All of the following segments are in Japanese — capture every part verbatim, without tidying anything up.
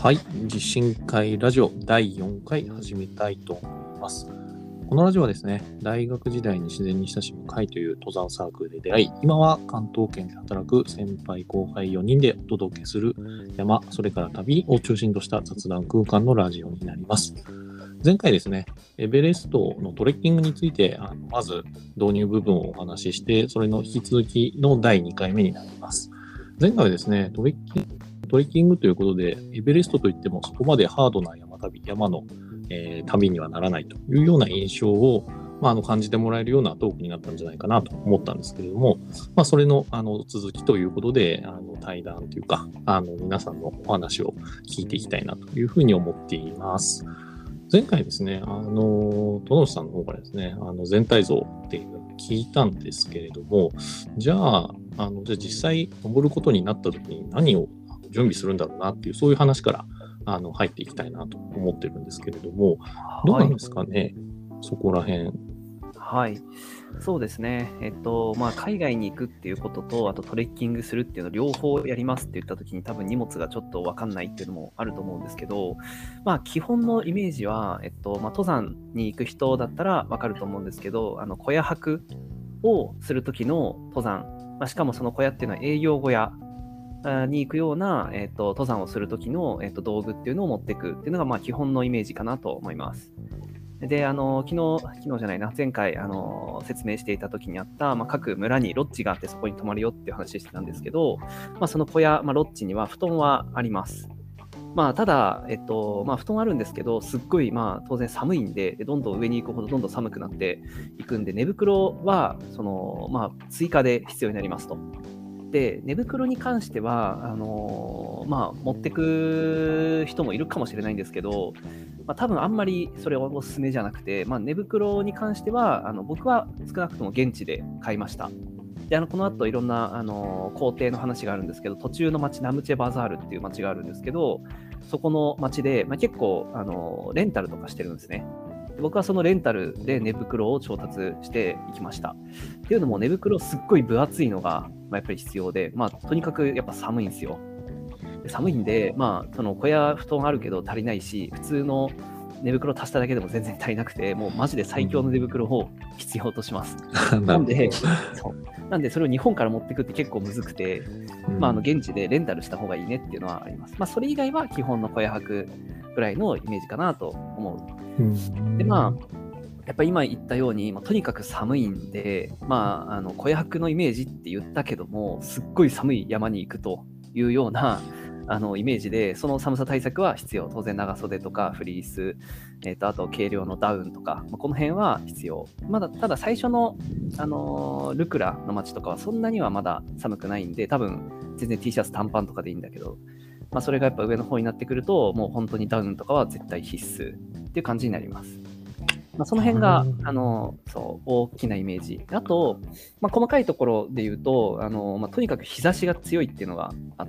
はい、地震会ラジオだいよんかい始めたいと思います。このラジオはですね、大学時代に自然に親しむ会という登山サークルで出会い、今は関東圏で働く先輩後輩よにんでお届けする山、それから旅を中心とした雑談空間のラジオになります。前回ですね、エベレストのトレッキングについて、あのまず導入部分をお話しして、それの引き続きのだいにかいめになります。前回はですね、トレッキングトレッキングということで、エベレストといってもそこまでハードな山旅、山の、えー旅にはならないというような印象を、まあ、あの感じてもらえるようなトークになったんじゃないかなと思ったんですけれども、まあ、それのあの続きということで、あの対談というか、あの皆さんのお話を聞いていきたいなというふうに思っています。前回ですね、あの、殿内さんの方からですね、あの全体像っていうのを聞いたんですけれども、じゃあ、あのじゃあ実際登ることになった時に何を準備するんだろうなっていう、そういう話からあの入っていきたいなと思ってるんですけれども、どうなんですかね、そこら辺。 はい、そうですね。えっと、まあ、海外に行くっていうことと、あとトレッキングするっていうのを両方やりますって言ったときに、多分荷物がちょっと分かんないっていうのもあると思うんですけど、まあ、基本のイメージは、えっと、まあ、登山に行く人だったら分かると思うんですけど、あの小屋泊をするときの登山、まあ、しかもその小屋っていうのは営業小屋に行くような、えっと、登山をするときの、えっと、道具っていうのを持っていくっていうのが、まあ、基本のイメージかなと思います。で、あの、昨日、昨日じゃないな、前回、あの、説明していた時にあった、まあ、各村にロッジがあってそこに泊まるよっていう話してたんですけど、まあ、その小屋、まあ、ロッジには布団はあります。まあ、ただ、えっと、まあ、布団あるんですけど、すっごい、まあ、当然寒いんで、でどんどん上に行くほどどんどん寒くなっていくんで、寝袋は、その、まあ、追加で必要になりますと。で、寝袋に関しては、あのーまあ、持ってく人もいるかもしれないんですけど、まあ、多分あんまりそれはおすすめじゃなくて、まあ、寝袋に関しては、あの僕は少なくとも現地で買いました。で、あのこの後いろんな、あのー工程の話があるんですけど、途中の町、ナムチェバザールっていう町があるんですけど、そこの町で、まあ、結構、あのーレンタルとかしてるんですね。で僕はそのレンタルで寝袋を調達していきました。っていうのも寝袋すっごい分厚いのが、まあ、やっぱり必要で、まあ、とにかくやっぱ寒いんですよ。で寒いんで、まあ、その小屋布団あるけど足りないし、普通の寝袋足しただけでも全然足りなくて、もうマジで最強の寝袋を必要とします。 なるほど。 なんで、そうなんでそれを日本から持ってくって結構むずくて、まあ、あの現地でレンタルした方がいいねっていうのはあります。まあ、それ以外は基本の小屋泊ぐらいのイメージかなと思う。 うん、 で、まあ、やっぱり今言ったように、まあ、とにかく寒いんで、まあ、あの小屋泊のイメージって言ったけども、すっごい寒い山に行くというようなあのイメージで、その寒さ対策は必要。当然長袖とかフリース、えー、とあと軽量のダウンとか、まあ、この辺は必要。まだただ最初の、あのールクラの街とかはそんなにはまだ寒くないんで、多分全然 T シャツ短パンとかでいいんだけど、まあ、それがやっぱ上の方になってくると、もう本当にダウンとかは絶対必須っていう感じになります。まあ、その辺が、あの、そう、大きなイメージ。あと、まあ、細かいところで言うと、あの、まあ、とにかく日差しが強いっていうのがあって、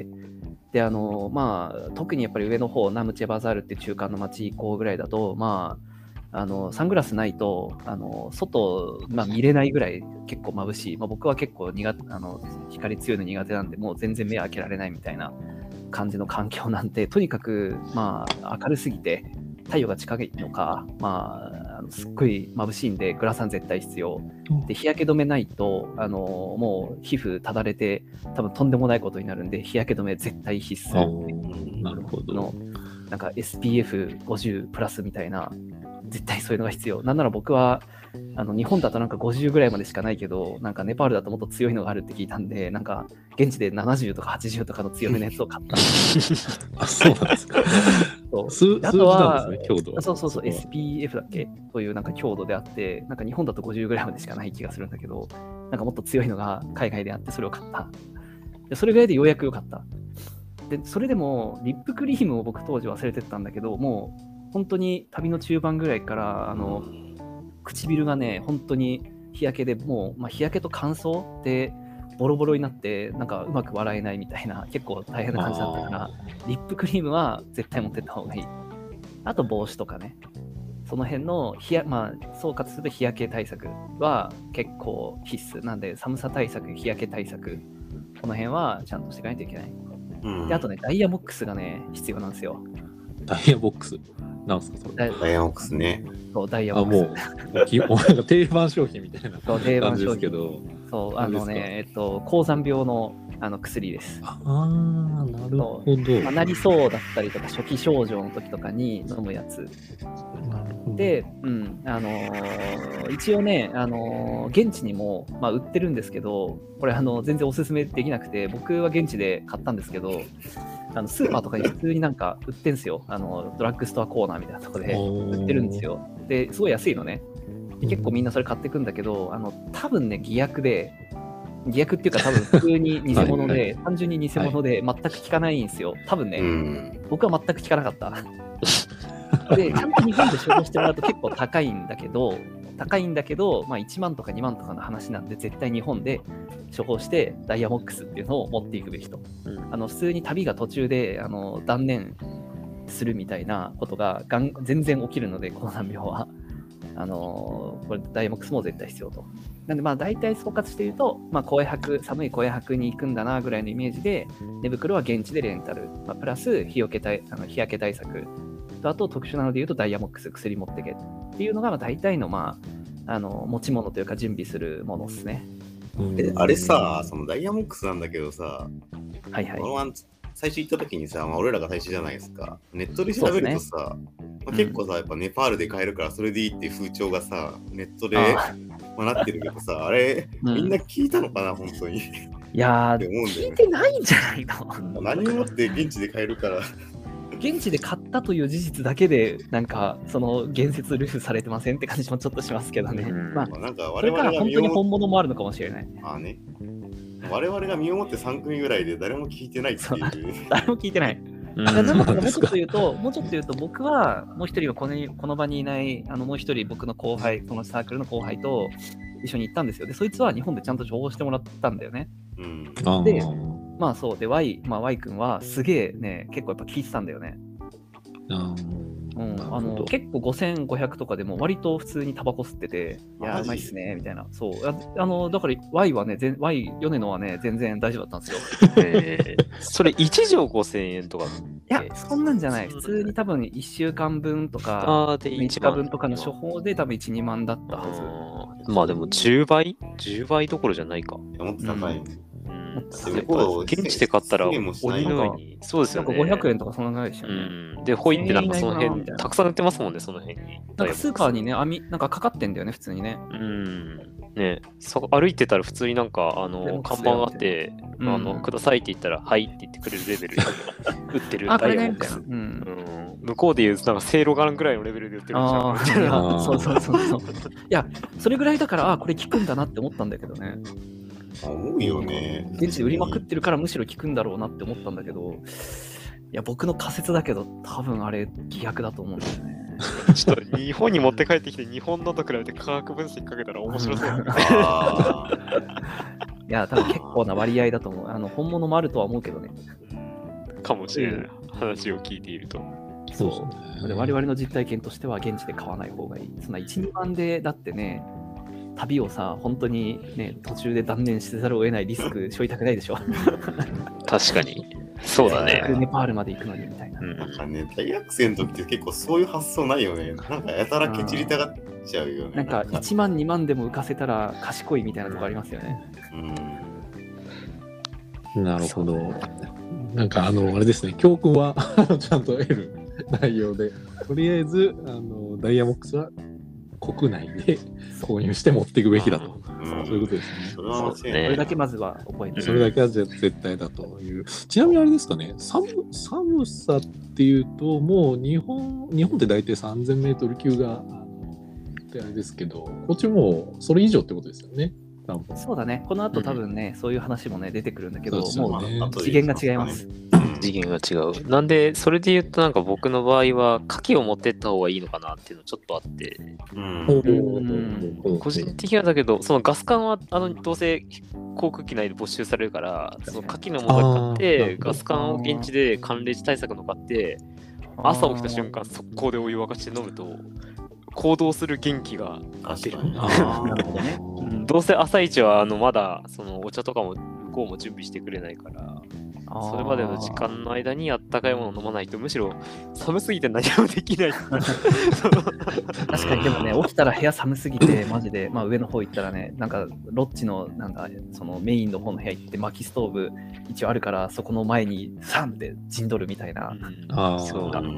で、あの、まあ、特にやっぱり上の方、ナムチェバザールっていう中間の町以降ぐらいだと、まあ、あの、サングラスないと、あの、外、まあ、見れないぐらい結構眩しい。まあ、僕は結構苦手、あの、光強いの苦手なんで、もう全然目開けられないみたいな感じの環境なんで、とにかく、まあ、明るすぎて、太陽が近いのか、まあ、あのすっごい眩しいんで、グラサン絶対必要。で、日焼け止めないと、あのもう皮膚ただれて、多分とんでもないことになるんで、日焼け止め絶対必須。 なるほど。 のなんか エスピーエフごじゅう プラスみたいな、絶対そういうのが必要。なんなら僕は、あの日本だとなんかごじゅうぐらいまでしかないけど、なんかネパールだともっと強いのがあるって聞いたんで、なんか現地でななじゅうとかはちじゅうとかの強めのやつを買ったんですあ、そうなんですか。 そう数あとは数字なんですね、強度は。 そうそうそう、 そこはエスピーエフ だっけというなんか強度であって、なんか日本だとごじゅうぐらいまでしかない気がするんだけど、なんかもっと強いのが海外であってそれを買った。でそれぐらいでようやく良かった。で、それでもリップクリームを僕当時忘れてたんだけど、もう本当に旅の中盤ぐらいからあの唇がね、本当に日焼けでもう、まあ、日焼けと乾燥でボロボロになって、なんかうまく笑えないみたいな、結構大変な感じだったから、リップクリームは絶対持ってった方がいい。あと帽子とかね。その辺の日や、まあ、総括すると日焼け対策は結構必須なんで、寒さ対策、日焼け対策、この辺はちゃんとしていかないといけない。 うん、 で、あとね、ダイヤモックスがね、必要なんですよ。 ダイヤボックスなんすかそれ。 ダイヤモックスね。 そう、ダイヤモックス。 あ、もう、きなんか定番商品みたいな感じですけど。 そう、あのね、えっと、高山病のあの薬です。 ああ、なるほど。 まあ、なりそうだったりとか、初期症状の時とかに飲むやつ。で、うん、あのー、一応ね、あのー、現地にも、まあ、売ってるんですけど、これあの全然おすすめできなくて、僕は現地で買ったんですけど、あのスーパーとかに普通になんか売ってんすよ。あのドラッグストアコーナーみたいなところで売ってるんですよ。で、すごい安いのね。で結構みんなそれ買ってくんだけど、あの多分ね、偽薬で、偽薬っていうか多分普通に偽物で、はいはい、単純に偽物で全く効かないんですよ。多分ね、うん、僕は全く効かなかった。で、ちゃんと日本で処方してもらうと結構高いんだけど、高いんだけど、まあ、いちまんとかにまんとかの話なんで、絶対日本で処方してダイヤモックスっていうのを持っていくべきと。うん、あの普通に旅が途中であの断念するみたいなことががん全然起きるので、高山病は。あのこれダイヤモックスも絶対必要と。なんでまあ大体総括して言うと、まあ、荒野泊、寒い荒野泊に行くんだなぐらいのイメージで、寝袋は現地でレンタル、まあ、プラス日よけ対あの日焼け対策と、あと特殊なので言うとダイヤモックス薬持ってけっていうのが大体の、まあ、あの持ち物というか準備するものですね。 えあれさ、そのダイヤモックスなんだけどさ、 はいはい、 この最初行った時にさ、まあ、俺らが最初じゃないですか。ネットで調べるとさ、ね、まあ、結構さ、やっぱネパールで買えるからそれでいいっていう風潮がさ、ネットでまあ、なってるけどさ、あれ、うん、みんな聞いたのかな、本当に。 いやー、ね、聞いてないんじゃないの何をもって現地で買えるから。 現地で買ったという事実だけで、なんか、その言説ルフされてませんって感じもちょっとしますけどね。うん、まあ、なんか我々がそれから本当に本物もあるのかもしれない。 ああね。我々が身をもってさん組ぐらいで誰も聞いてないっていう。 誰も聞いてない。うん、なのでもうちょっと言うと、もうちょっと言うと、僕はもう一人はこのこの場にいない、あのもう一人僕の後輩、このサークルの後輩と一緒に行ったんですよ。で、そいつは日本でちゃんと情報してもらったんだよね。うん、で、まあそうで Y、まあ、Y 君はすげえね、結構やっぱ聞いてたんだよね。うん、あの結構ごせんごひゃくとかでも割と普通にタバコ吸ってて、いや、うまいっすねみたいな。そうああのだから Y はね、Y、米野はね、全然大丈夫だったんですよ。 えー、それいち錠ごせんえんとか。いや、そんなんじゃない。普通に多分いっしゅうかんぶんとか、みっかぶんとかの処方で多分いち、にまんだったはず。まあでもじゅうばい ?じゅう 倍どころじゃないか。 もっと高い。うん現地で買ったら鬼のように、そうですよね。 なんかごひゃくえんとかそのぐらいでしたよね。 うん、で、ホイってなんかその辺、たくさん売ってますもんね、その辺に。 なんかスーパーにね、網、なんかかかってんだよね、普通にね。 うん。ね、歩いてたら普通になんか、あの、看板があって、あの、くださいって言ったら、はいって言ってくれるレベルで売ってるダイヤモックス。向こうでいう、なんか、せいろがんぐらいのレベルで売ってるんじゃん。 そうそうそうそう。いや、それぐらいだから、あ、これ効くんだなって思ったんだけどね。 多いよね。 現地で売りまくってるからむしろ効くんだろうなって思ったんだけど、いや、僕の仮説だけど、多分あれ、偽薬だと思うんだよね。 ちょっと日本に持って帰ってきて、日本のと比べて科学分析かけたら面白そうだね。 いや、多分結構な割合だと思う。あの本物もあるとは思うけどね。 かもしれない。話を聞いていると。 そう。で我々の実体験としては、現地で買わない方がいい。そんないち、にまんで、だってね、旅をさ、本当にね、途中で断念せざるを得ないリスク背負いたくないでしょ。 確かに。そうだね。 ネパールまで行くのにみたいな。 うん、なんかね、大学生の時って結構そういう発想ないよね。なんかやたらケチりたがっちゃうよね。 なんかいちまん、にまんでも浮かせたら賢いみたいなとこありますよね。 うん、なるほど。なんかあの、あれですね、教訓はちゃんと得る内容で、とりあえず、あのダイヤモックスは国内で購入して持っていくべきだと。うん、そういうことですね。 それはそれだけまずは覚えて、 それだけは絶対だという。ちなみにあれですかね、寒寒さっていうと、もう日本、日本って大体さんぜんメートル級が、あのってあれですけど、こっちもそれ以上ってことですよね。 そうだね。この後多分ね、うん、そういう話もね、出てくるんだけど、ね、もう次元が違います。 次元が違う。なんで、それで言うと、なんか僕の場合は、牡蠣を持ってった方がいいのかなっていうのちょっとあって。うん、個人的にはだけど、そのガス管は、あの、どうせ航空機内で没収されるから、その牡蠣のものを買って、ガス管を現地で寒冷地対策の買って、朝起きた瞬間、速攻でお湯沸かして飲むと、行動する元気が出る。なるほどね。どうせ朝一はあのまだそのお茶とかも向こうも準備してくれないから、 それまでの時間の間にあったかいものを飲まないと、むしろ寒すぎて何もできない。 確かにでもね、起きたら部屋寒すぎて、マジで、まあ上の方行ったらね、なんかロッジのなんかそのメインの方の部屋行って薪ストーブ一応あるから、そこの前にサンって陣取るみたいな。うん、 ああ、そうだ。うん、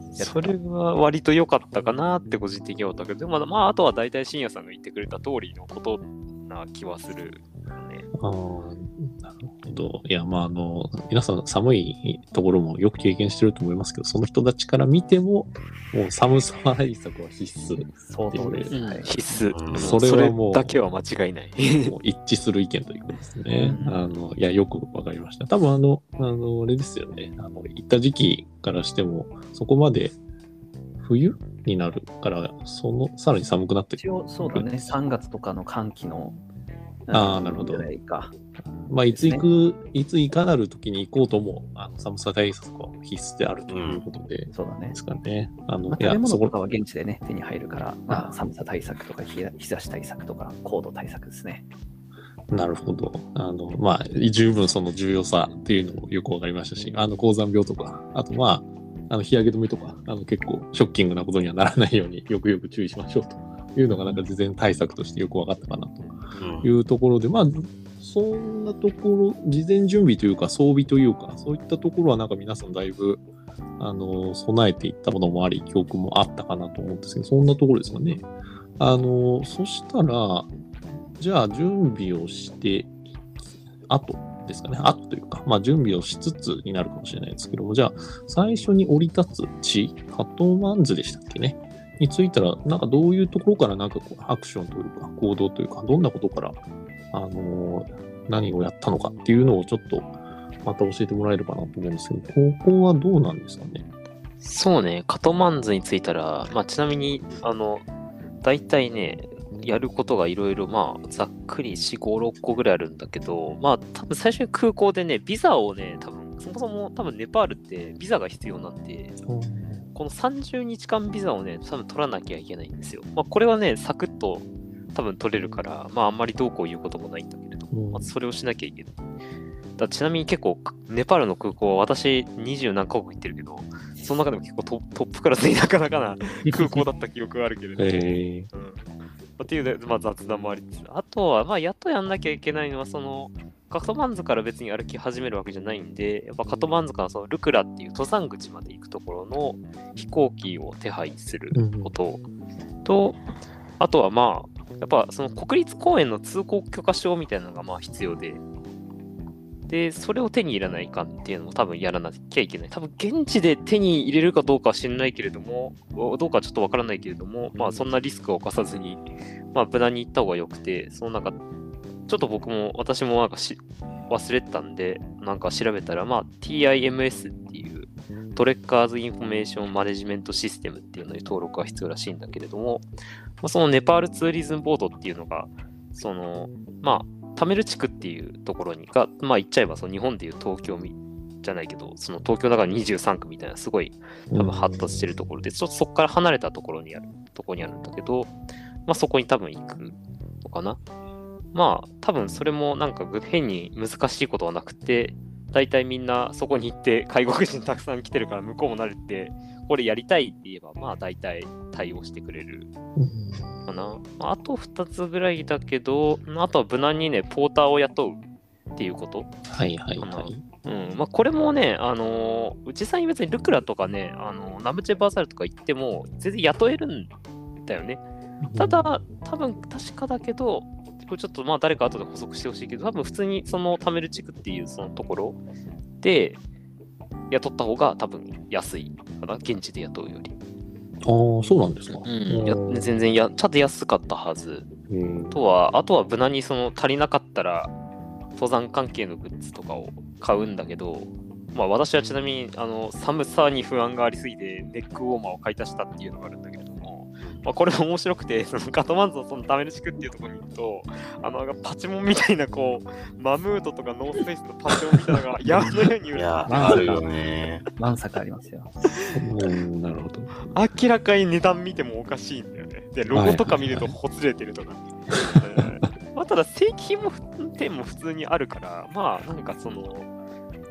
それは割と良かったかなって個人的に思ったけど、でもまああとは大体深夜さんが言ってくれた通りのことな気はする。 ああ、なるほど。いや、まあ、あの、皆さん寒いところもよく経験してると思いますけど、その人たちから見ても、もう寒さ対策は必須。 相当です。 うん、必須。 うん、それはもう、 だけは間違いない。 もう一致する意見ということですね。うん、あの、いや、よくわかりました。多分、あの、あの、あれですよね。あの、行った時期からしても、そこまで冬になるから、その、さらに寒くなってくる。 一応、そうだね。さんがつとかの寒気の、 ああ、なるほど。 いかまあ、いつ行く、ね、いついかなる時に行こうとも、あの寒さ対策は必須であるということで、うん、 そうだね。 ですかね。あの、 まあ、食べ物とかは現地でね、手に入るから、まあ、寒さ対策とか日差し対策とか、高度対策ですね。 なるほど。あの、まあ、十分その重要さっていうのもよくわかりましたし、あの、高山病とか、あとまあ、あの日焼け止めとか、あの結構ショッキングなことにはならないようによくよく注意しましょうというのがなんか事前対策としてよく分かったかなというところで、うん、まあそんなところ事前準備というか装備というかそういったところはなんか皆さんだいぶあの備えていったものもあり記憶もあったかなと思うんですけど、そんなところですかね。あのそしたらじゃあ準備をしてあとですかね。あとというか、まあ、準備をしつつになるかもしれないですけども、じゃあ、最初に降り立つ地、カトマンズでしたっけね、に着いたら、なんかどういうところからなんかこうアクションというか、行動というか、どんなことから、あのー、何をやったのかっていうのをちょっと、また教えてもらえるかなと思うんですけど、ここはどうなんですかね。 そうね、カトマンズに着いたら、まあ、ちなみに、あの、大体ね、やることがいろいろ、まあ、ざっくりよん、ご、ろっこぐらいあるんだけど、まあ、多分最初に空港でね、ビザをね、多分、そもそも多分ネパールってビザが必要なんで、うん、このさんじゅうにちかんビザをね、多分取らなきゃいけないんですよ。まあ、これはね、サクッと多分取れるから、まあ、あんまりどうこう言うこともないんだけれども、うん、まあ、それをしなきゃいけない。だちなみに結構、ネパールの空港は私にじゅう何カ国行ってるけど、その中でも結構 ト, トップクラスになかなかな空港だった記憶があるけれども、えーうんっていう、まあ、雑談もありつつ、あとは、まあ、やっとやんなきゃいけないのは、その、カトマンズから別に歩き始めるわけじゃないんで、やっぱカトマンズからそのルクラっていう登山口まで行くところの飛行機を手配することと、うん、あとはまあ、やっぱその国立公園の通行許可証みたいなのがまあ必要で、で、それを手に入れないかっていうのも多分やらなきゃいけない。多分現地で手に入れるかどうかは知らないけれども、どうかちょっとわからないけれども、まあそんなリスクを冒さずに、まあ無難に行った方がよくて、そのなんか、ちょっと僕も、私もなんかし忘れてたんで、なんか調べたら、まあ ティーアイエムエス っていうトレッカーズインフォメーションマネジメントシステムっていうのに登録が必要らしいんだけれども、まあ、そのネパールツーリズムボードっていうのが、その、まあ、タメル地区っていうところにが、まあ言っちゃえばその日本でいう東京じゃないけど、その東京だからにじゅうさんくみたいなすごい多分発達してるところで、ちょっとそこから離れたところにあるところにあるんだけど、まあそこに多分行くのかな。まあ多分それもなんか変に難しいことはなくて、大体みんなそこに行って外国人たくさん来てるから向こうも慣れて、これやりたいって言えばまあ大体対応してくれるかな。あとふたつぐらいだけど、あとは無難にね、ポーターを雇うっていうこと。 はいはいはい。 うん、まあこれもね、あのー、実際に別にルクラとかね、あのー、ナムチェバーサルとか行っても全然雇えるんだよね。ただ、多分確かだけど、これちょっとまあ誰か後で補足してほしいけど、多分普通にそのタメル地区っていうそのところで雇った方が多分安いかな、現地で雇うより。 ああ、そうなんですか。 うん、や全然や、ちゃんと安かったはず。とは、あとは無難にその足りなかったら、登山関係のグッズとかを買うんだけど、まあ私はちなみにあの寒さに不安がありすぎてネックウォーマーを買い足したっていうのがあるんだけれども、まあ、これも面白くて、そのカトマンズのそのタメル地区っていうところに行くと、あのパチモンみたいなこうマムートとかノースフェイスのパチモンみたいなのが山のように売れてあるよね。 満作ありますよ。 うん、なるほど。 明らかに値段見てもおかしいんだよね。で、ロゴとか見るとほつれてるとか。まあ、ただ正規品も店も普通にあるから、まあなんかその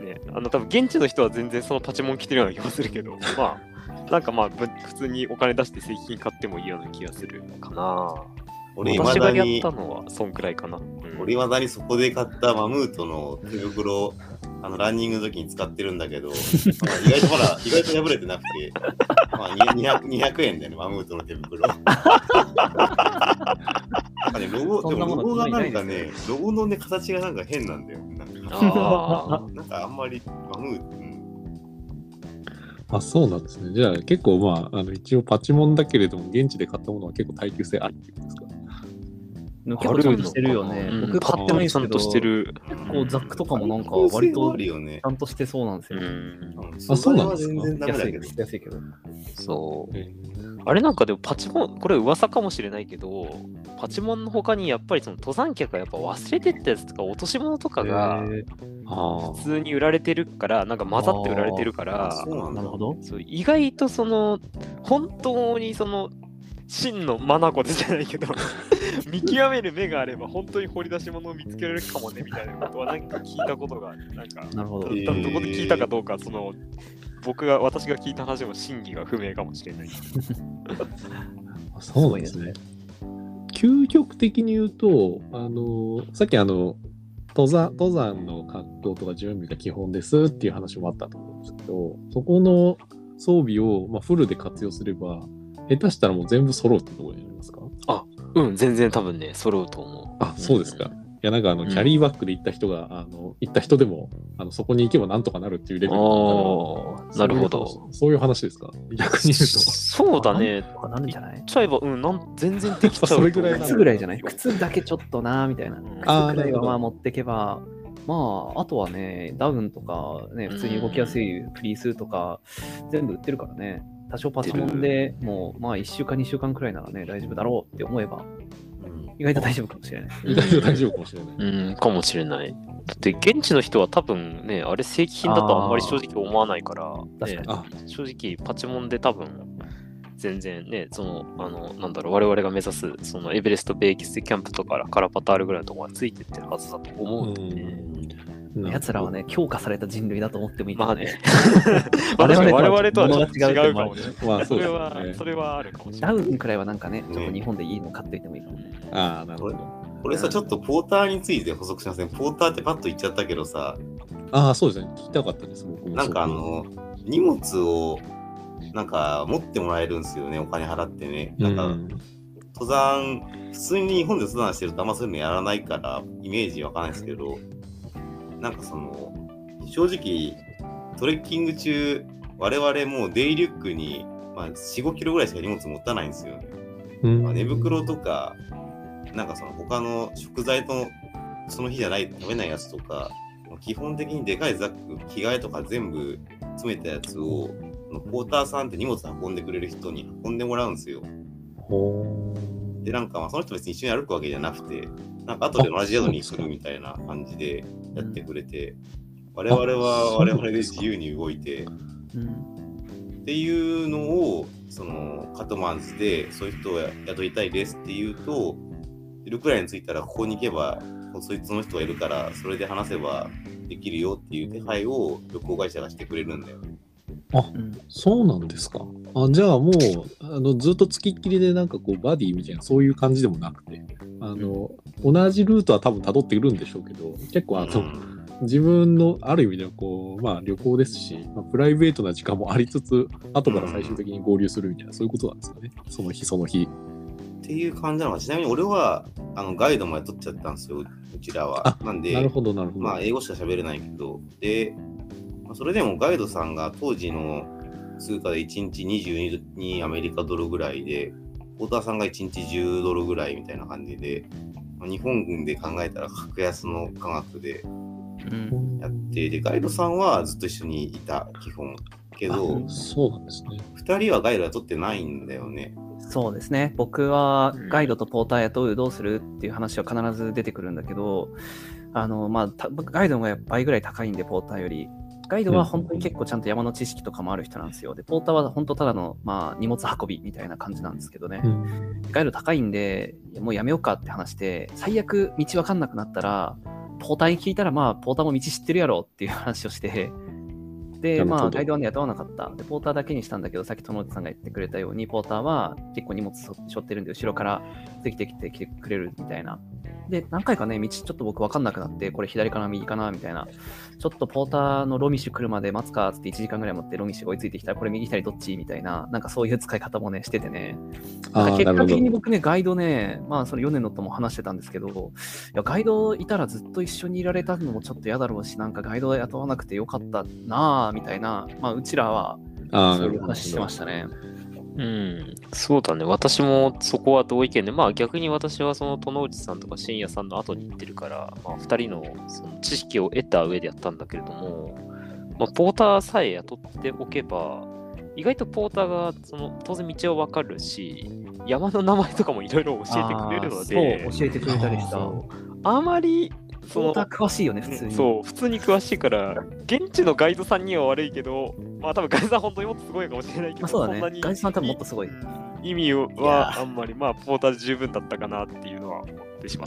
ね、あの多分現地の人は全然そのパチモン着てるような気がするけど、まあ、なんかまあ、ぶ普通にお金出して正規品買ってもいいような気がするかな。 俺、 私がやっ未だに、 たのはそんくらいかな。うん、 俺、未だにそこで買ったマムートの手袋、あのランニングの時に使ってるんだけど、まあ、意外とまだ、意外と破れてなくて、まあ、にひゃく, にひゃくえんだよね、マムートの手袋。なんかね、ロゴ、でもロゴがなんかね、ロゴのね、形がなんか変なんだよ。なんか、 あなんかあんまりマムート、うん、 あ、そうなんですね。じゃあ結構まあ、あの一応パチモンだけれども、現地で買ったものは結構耐久性あるっていうことですか？ 結構ちゃんとしてるよね。 うん、 僕買ってないですけど、 ちゃんとしてる。 結構ザックとかもなんか割とちゃんとしてそうなんですよ。 うんうん、 あ、そうなんですか。 全然ダメだけど。 安いけど。 そう。あれなんかでもパチモン、これ噂かもしれないけど、パチモンの他にやっぱりその登山客がやっぱ忘れてったやつとか落とし物とかが普通に売られてるから、なんか混ざって売られてるから、 そうなんだ。 なるほど。 そう意外とその本当にその真のマナコでじゃないけど見極める目があれば本当に掘り出し物を見つけられるかもねみたいなことはなんか聞いたことがある。なんかなるほど。 どこで聞いたかどうか、その僕が私が聞いた話も真偽が不明かもしれない。 そうなんですね。究極的に言うと、あのさっきあの登山登山の格好とか準備が基本ですっていう話もあったと思うんですけど、そこの装備を、まあ、フルで活用すれば下手したらもう全部揃うってところになりますか？ あ、うん、全然多分ね、揃うと思う。 あ、そうですか。いや、なんかあの、 うん、 キャリーバッグで行った人が、あの、行った人でも、あの、そこに行けばなんとかなるっていうレベルだったら、 なるほど。 そういう話ですか？逆に言うと。 そうだね。 とかなるんじゃない？ 言っちゃえば、うん、なん全然できちゃう。 それぐらい靴ぐらいじゃない？靴だけちょっとなーみたいな。靴ぐらいはまあ持ってけば、まあ、あとはね、ダウンとか、ね、普通に動きやすいフリースとか、全部売ってるからね。多少パチモンでもう、まあいっしゅうかん、にしゅうかんくらいならね、大丈夫だろうって思えば、うん、意外と大丈夫かもしれない。 意外と大丈夫かもしれない。 うん、かもしれない。だって現地の人は多分ね、あれ正規品だとあんまり正直思わないから、ね、正直パチモンで多分、全然ね、その、あの、なんだろう、我々が目指す、そのエベレストベーキスキャンプとかカラパタールぐらいのところがついてってるはずだと思うんでね。 奴らはね、強化された人類だと思ってもいいかもね。 まあね、我々とはちょっと違うかもね。 まあ、 それは、それはあるかもしれない。 ダウンくらいはなんかね、ちょっと日本でいいの買っていてもいいかもね。 ああ、なるほど。 これさ、ちょっとポーターについて補足しません。ポーターってパッと言っちゃったけどさ。 ああ、そうですね。聞きたかったです。僕もなんかあの、荷物を、なんか持ってもらえるんですよね、お金払ってね。なんか、うん、登山、普通に日本で登山してるとあんまそういうのやらないから、イメージわかんないですけど、なんかその、正直、トレッキング中、我々もうデイリュックに、まあ、よん、ごキロぐらいしか荷物持たないんですよね。うんまあ、寝袋とか、なんかその他の食材とその日じゃない食べないやつとか、基本的にでかいザック、着替えとか全部詰めたやつを、ポーターさんって荷物運んでくれる人に運んでもらうんですよ。 ほで、なんかまあその人別に一緒に歩くわけじゃなくて、なんか後で同じ宿に来るみたいな感じでやってくれて、我々は我々で自由に動いて、うん、っていうのを、そのカトマンズでそういう人を雇いたいですっていうと、ルクライに着いたらここに行けば、そいつの人がいるから、それで話せばできるよっていう手配を旅行会社がしてくれるんだよ。 あ、うん、そうなんですか。あ、じゃあもうあのずっと付きっきりでなんかこうバディみたいなそういう感じでもなくて、あの、うん、同じルートは多分辿っているんでしょうけど、結構あの、うん、自分のある意味ではこうまあ旅行ですし、まあ、プライベートな時間もありつつ、後から最終的に合流するみたいな、うん、そういうことなんですかね。その日その日。 っていう感じなのは、ちなみに俺はあのガイドも雇っちゃったんですよ、うちらは。なんで、 なるほどなるほど。 まあ英語しか喋れないけど、で、それでもガイドさんが当時の通貨でいちにちにじゅうにアメリカドルぐらいで、ポーターさんがいちにちじゅうドルぐらいみたいな感じで、日本軍で考えたら格安の価格でやって、で、ガイドさんはずっと一緒にいた、基本。けど、 そうなんですね。 ふたりはガイドは取ってないんだよね。 そうですね。僕はガイドとポーター雇うどうするっていう話は必ず出てくるんだけど、あの、まあ、ガイドが倍ぐらい高いんで、ポーターより。ガイドは本当に結構ちゃんと山の知識とかもある人なんですよ。で、ポーターは本当ただの、まあ、荷物運びみたいな感じなんですけどね。うん、ガイド高いんで、もうやめようかって話して、最悪道わかんなくなったら、 ポーターに聞いたら、まあ、ポーターも道知ってるやろっていう話をして、で、まあ、ガイドはね、雇わなかった。で、ポーターだけにしたんだけど、さっき友内さんが言ってくれたように、ポーターは結構荷物背負ってるんで、後ろからついてきてきてくれるみたいな。で、何回かね、道ちょっと僕分かんなくなって、これ左かな、右かな、みたいな。ちょっとポーターのロミッシュ来るまで待つかっていちじかんぐらい持ってロミッシュが追いついてきたら、これ右左どっちみたいな、なんかそういう使い方もね、しててね。なんか結果的に僕ね、ガイドね、まあ、そのよねんのとも話してたんですけど、いや、ガイドいたらずっと一緒にいられたのもちょっと嫌だろうし、なんかガイド雇わなくてよかったなぁ、みたいな、まあ、うちらはそういう話してましたね。 うん、そうだね。私もそこは同意見で、まあ逆に私はその殿内さんとか深夜さんの後に行ってるから、まあふたりのその知識を得た上でやったんだけれども、まあ、ポーターさえ雇っておけば、意外とポーターがその当然道は分かるし、山の名前とかもいろいろ教えてくれるので、 そう、教えてくれたりした。 あまりポーター詳しいよね、普通に。 そう、普通に詳しいから、現地のガイドさんには悪いけど、まあ多分ガイドさん本当にもっとすごいかもしれないけど、まあそうだね、そんなにガイドさん多分もっとすごい。 意味はあんまり、まあポーター十分だったかなっていうのは思ってしまった。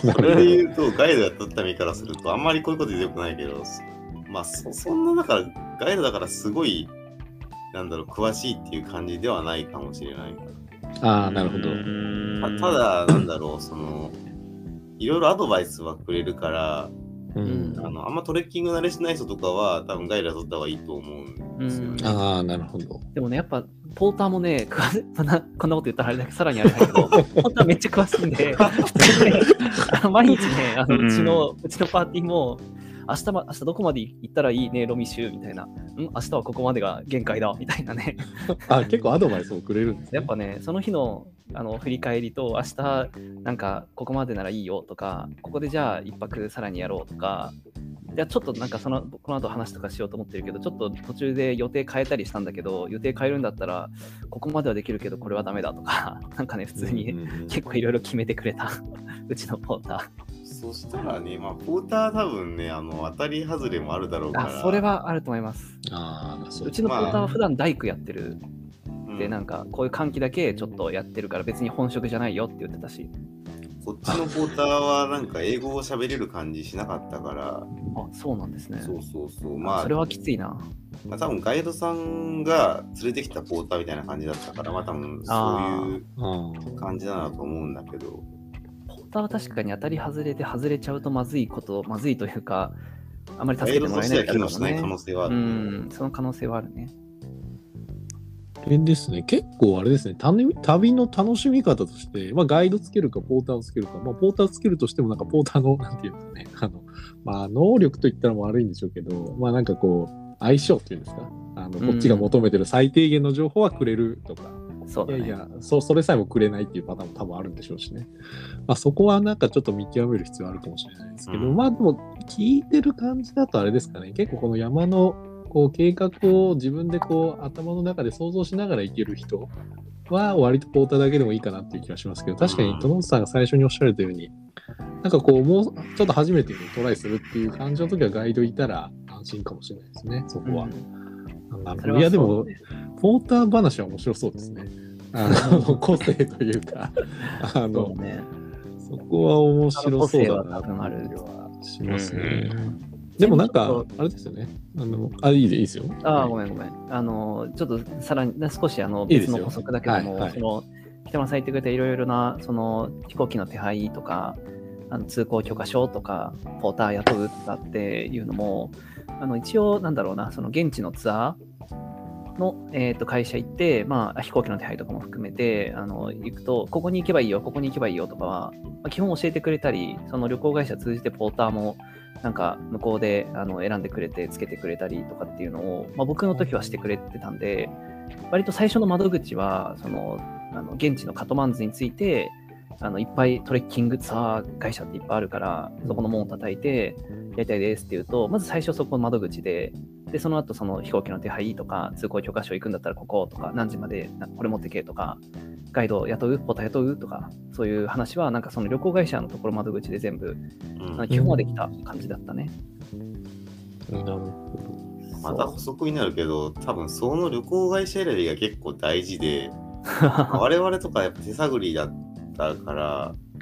それで言うと、ガイドやっとった身からすると、あんまりこういうこと言ってよくないけど、まあ そ, そんなだから、ガイドだからすごい、なんだろう、詳しいっていう感じではないかもしれない。 ああ、なるほど。 た, ただ、なんだろう、その、いろいろアドバイスはくれるから、うん、あのあんまトレッキング慣れしない人とかは多分ガイド取った方がいいと思うんですよね。 うん、ああ、なるほど。 でもね、やっぱポーターもね、こんな、こんなこと言ったらあれだけど、さらにあれだけど、ポーターめっちゃ詳しいんで、毎日ね、あのうちの、うん、うちのパーティーも、明日, ま明日どこまで行ったらいいね、ロミシュみたいな。ん明日はここまでが限界だみたいなね。 あ、結構アドバイスをくれるんですね。 やっぱね、その日のあの振り返りと、明日なんかここまでならいいよとか、ここでじゃあ一泊さらにやろうとか、いやちょっとなんかそのこの後話とかしようと思ってるけど、ちょっと途中で予定変えたりしたんだけど、予定変えるんだったら、ここまではできるけど、これはダメだとか、なんかね、普通に、うんうんうん、結構いろいろ決めてくれた、うちのポーター。 そしたらね、まあ、ポーター多分ね、あの、当たり外れもあるだろうから。 あ、それはあると思います。あうちのポーターは普段大工やってる。まあ、で、なんか、こういう換気だけちょっとやってるから、別に本職じゃないよって言ってたし。 こっちのポーターはなんか英語を喋れる感じしなかったから。 あ、そうなんですね。 そうそうそう。まあ、 それはきついな。 まあ、多分ガイドさんが連れてきたポーターみたいな感じだったから、まあ多分そういう感じだなと思うんだけど。 ポーターは確かに当たり外れで外れちゃうとまずいこと、まずいというか、あまり助けてもらえないから、ね、 しない可能性はある、 うん、その可能性はあるね。 あれですね、結構あれですね、旅の楽しみ方として、まあ、ガイドつけるか、ポーターをつけるか、まあ、ポーターつけるとしても、なんかポーターの、なんていうんですかね、あの、まあ、能力といったらも悪いんでしょうけど、まあ、なんかこう、相性っていうんですか、あの、こっちが求めてる最低限の情報はくれるとか、 うん、そうだね、 いやいやそ、それさえもくれないっていうパターンも多分あるんでしょうしね。まあ、そこはなんかちょっと見極める必要あるかもしれないですけど、うん、まあ、でも、聞いてる感じだとあれですかね、結構この山の、こう計画を自分でこう頭の中で想像しながら行ける人は割とポーターだけでもいいかなっていう気がしますけど、確かに殿内さんが最初におっしゃられたように、なんかこうもうちょっと初めてにトライするっていう感じの時はガイドいたら安心かもしれないですね、そこは。うん、なるほど。いやでもポーター話は面白そうですね。あの個性というかあの そ,、ね、そこは面白そうだなっていう気はしますね。うんでもなんか、あれですよね。あの、あ、いいでいいですよ。 あ、ごめんごめん。あの、ちょっとさらに、少しあの別の補足だけども、いいはいはい、その、北村さん言ってくれたいろいろな、その、飛行機の手配とか、あの通行許可証とか、ポーター雇うとかっていうのも、あの、一応、なんだろうな、その現地のツアーの、えー、と会社行って、まあ、飛行機の手配とかも含めて、あの、行くと、ここに行けばいいよ、ここに行けばいいよとかは、まあ、基本教えてくれたり、その旅行会社通じてポーターも、なんか向こうであの選んでくれてつけてくれたりとかっていうのを、まあ、僕の時はしてくれてたんで、割と最初の窓口はそのあの現地のカトマンズについてあのいっぱいトレッキングツアー会社っていっぱいあるから、そこの門を叩いてやりたいですって言うと、まず最初そこの窓口で、でその後その飛行機の手配とか通行許可証行くんだったらこことか、何時までこれ持ってけとか、ガイド雇う、ポーター雇うとか、そういう話はなんかその旅行会社のところ窓口で全部、うん、基本はできた感じだったね。 なるほど。 また補足になるけど、多分その旅行会社選びが結構大事で、我々とかやっぱ手探りだったから、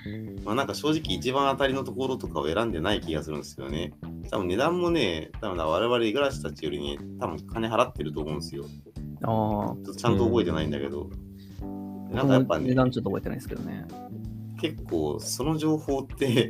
まあなんか正直一番当たりのところとかを選んでない気がするんですよね。多分値段もね、多分我々五十嵐たちよりね、多分金払ってると思うんですよ。 ああ。 ちょっとちゃんと覚えてないんだけど。うん、なんかやっぱね、 値段ちょっと覚えてないですけどね。 結構その情報って、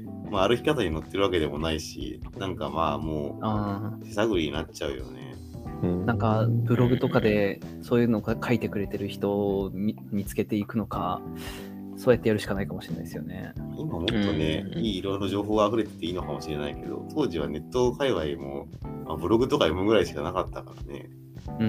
まあ、歩き方に載ってるわけでもないし、なんかまあもう手探りになっちゃうよね。 なんかブログとかでそういうのを書いてくれてる人を 見, 見つけていくのか、そうやってやるしかないかもしれないですよね。 今もっとね、いいいろいろ情報が溢れてていいのかもしれないけど、当時はネット界隈も、まあ、ブログとか読むぐらいしかなかったからね。 うん。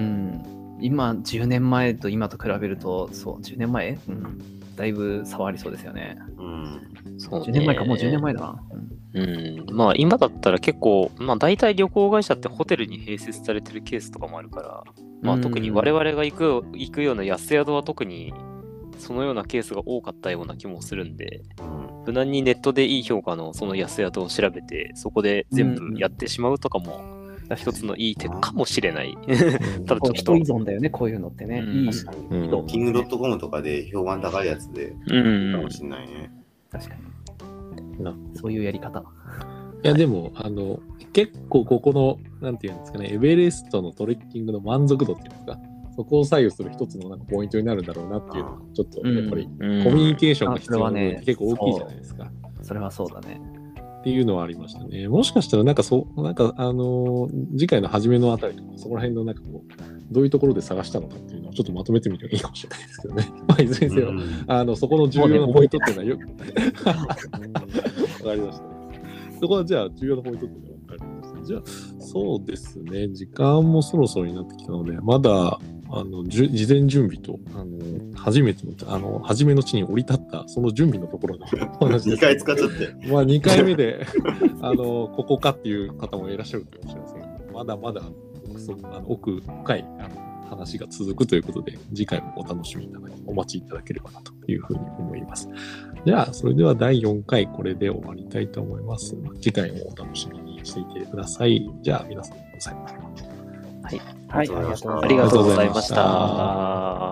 今じゅうねんまえと今と比べると、そうじゅうねんまえ、うん、だいぶ差はありそうですよね。 うん。 そうね、じゅうねんまえか、もうじゅうねんまえだな。 うん、うん、まあ今だったら結構、まあ大体旅行会社ってホテルに併設されてるケースとかもあるから、まあ特に我々が行く、行くような安宿は特にそのようなケースが多かったような気もするんで、無難にネットでいい評価のその安宿を調べて、そこで全部やってしまうとかも一つのいい手かもしれない。 ただちょっと人依存だよね、こういうのってね。 いいキングドットコムとかで評判高いやつで、かもしれないね。 確かに。そういうやり方。 いやでもあの結構ここのなんていうんですかね、エベレストのトレッキングの満足度っていうんですか、そこを左右する一つのなんかポイントになるんだろうなっていうのはちょっとやっぱりコミュニケーションが必要なのって結構大きいじゃないですか。 それはそうだね。 っていうのはありましたね。もしかしたらなんかそうなんかあの次回の初めのあたりとかそこら辺のなんかこうどういうところで探したのかっていうのをちょっとまとめてみてもいいかもしれないですけどね。まあいずれにせよ、うん、あのそこの重要なポイントっていうのはよくわかりました。そこはじゃあ重要なポイントっていうのは分かりました。じゃあそうですね、時間もそろそろになってきたので、まだあの事前準備とあの初めてのあの初めの地に降り立ったその準備のところのお話です。 にかい使っちゃって。 まあにかいめであのここかっていう方もいらっしゃるかもしれませんが、まだまだ奥, あの奥深いあの話が続くということで、次回もお楽しみいただきお待ちいただければなというふうに思います。じゃあそれではだいよんかいこれで終わりたいと思います。次回もお楽しみにしていてください。じゃあ皆さんさようなら。 はい、 はい、ありがとうございました。